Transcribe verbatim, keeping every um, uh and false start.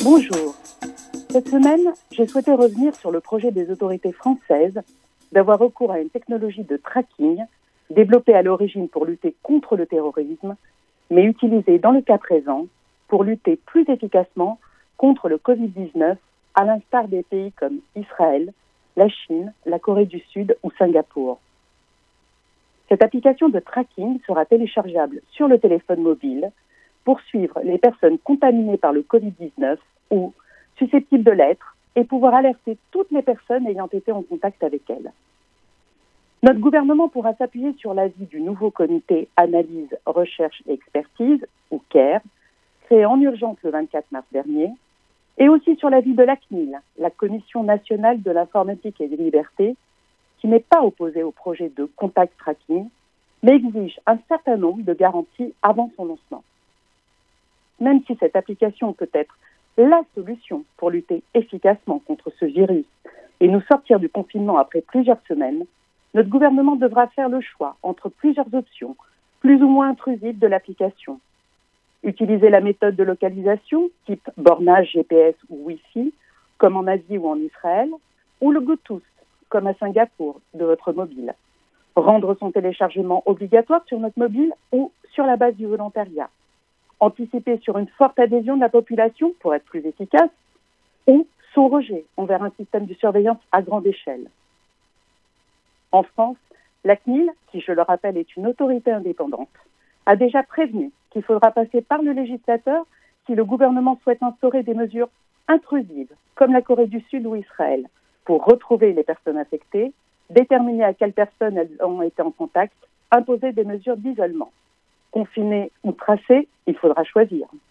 Bonjour. Cette semaine, j'ai souhaité revenir sur le projet des autorités françaises d'avoir recours à une technologie de tracking développée à l'origine pour lutter contre le terrorisme, mais utilisée dans le cas présent pour lutter plus efficacement contre le covid dix-neuf, à l'instar des pays comme Israël, la Chine, la Corée du Sud ou Singapour. Cette application de tracking sera téléchargeable sur le téléphone mobile pour suivre les personnes contaminées par le covid dix-neuf ou susceptibles de l'être et pouvoir alerter toutes les personnes ayant été en contact avec elles. Notre gouvernement pourra s'appuyer sur l'avis du nouveau comité Analyse, Recherche et Expertise, ou CARE, créé en urgence le vingt-quatre mars dernier, et aussi sur l'avis de l'A C N I L, la Commission nationale de l'informatique et des libertés, qui n'est pas opposée au projet de contact tracking, mais exige un certain nombre de garanties avant son lancement. Même si cette application peut être la solution pour lutter efficacement contre ce virus et nous sortir du confinement après plusieurs semaines, notre gouvernement devra faire le choix entre plusieurs options, plus ou moins intrusives de l'application. Utiliser la méthode de localisation, type bornage G P S ou Wi-Fi, comme en Asie ou en Israël, ou le Bluetooth, comme à Singapour, de votre mobile. Rendre son téléchargement obligatoire sur notre mobile ou sur la base du volontariat. Anticiper sur une forte adhésion de la population pour être plus efficace, ou son rejet envers un système de surveillance à grande échelle. En France, l'A C N I L, qui je le rappelle est une autorité indépendante, a déjà prévenu qu'il faudra passer par le législateur si le gouvernement souhaite instaurer des mesures intrusives, comme la Corée du Sud ou Israël, pour retrouver les personnes infectées, déterminer à quelles personnes elles ont été en contact, imposer des mesures d'isolement. Confinées ou tracées, il faudra choisir.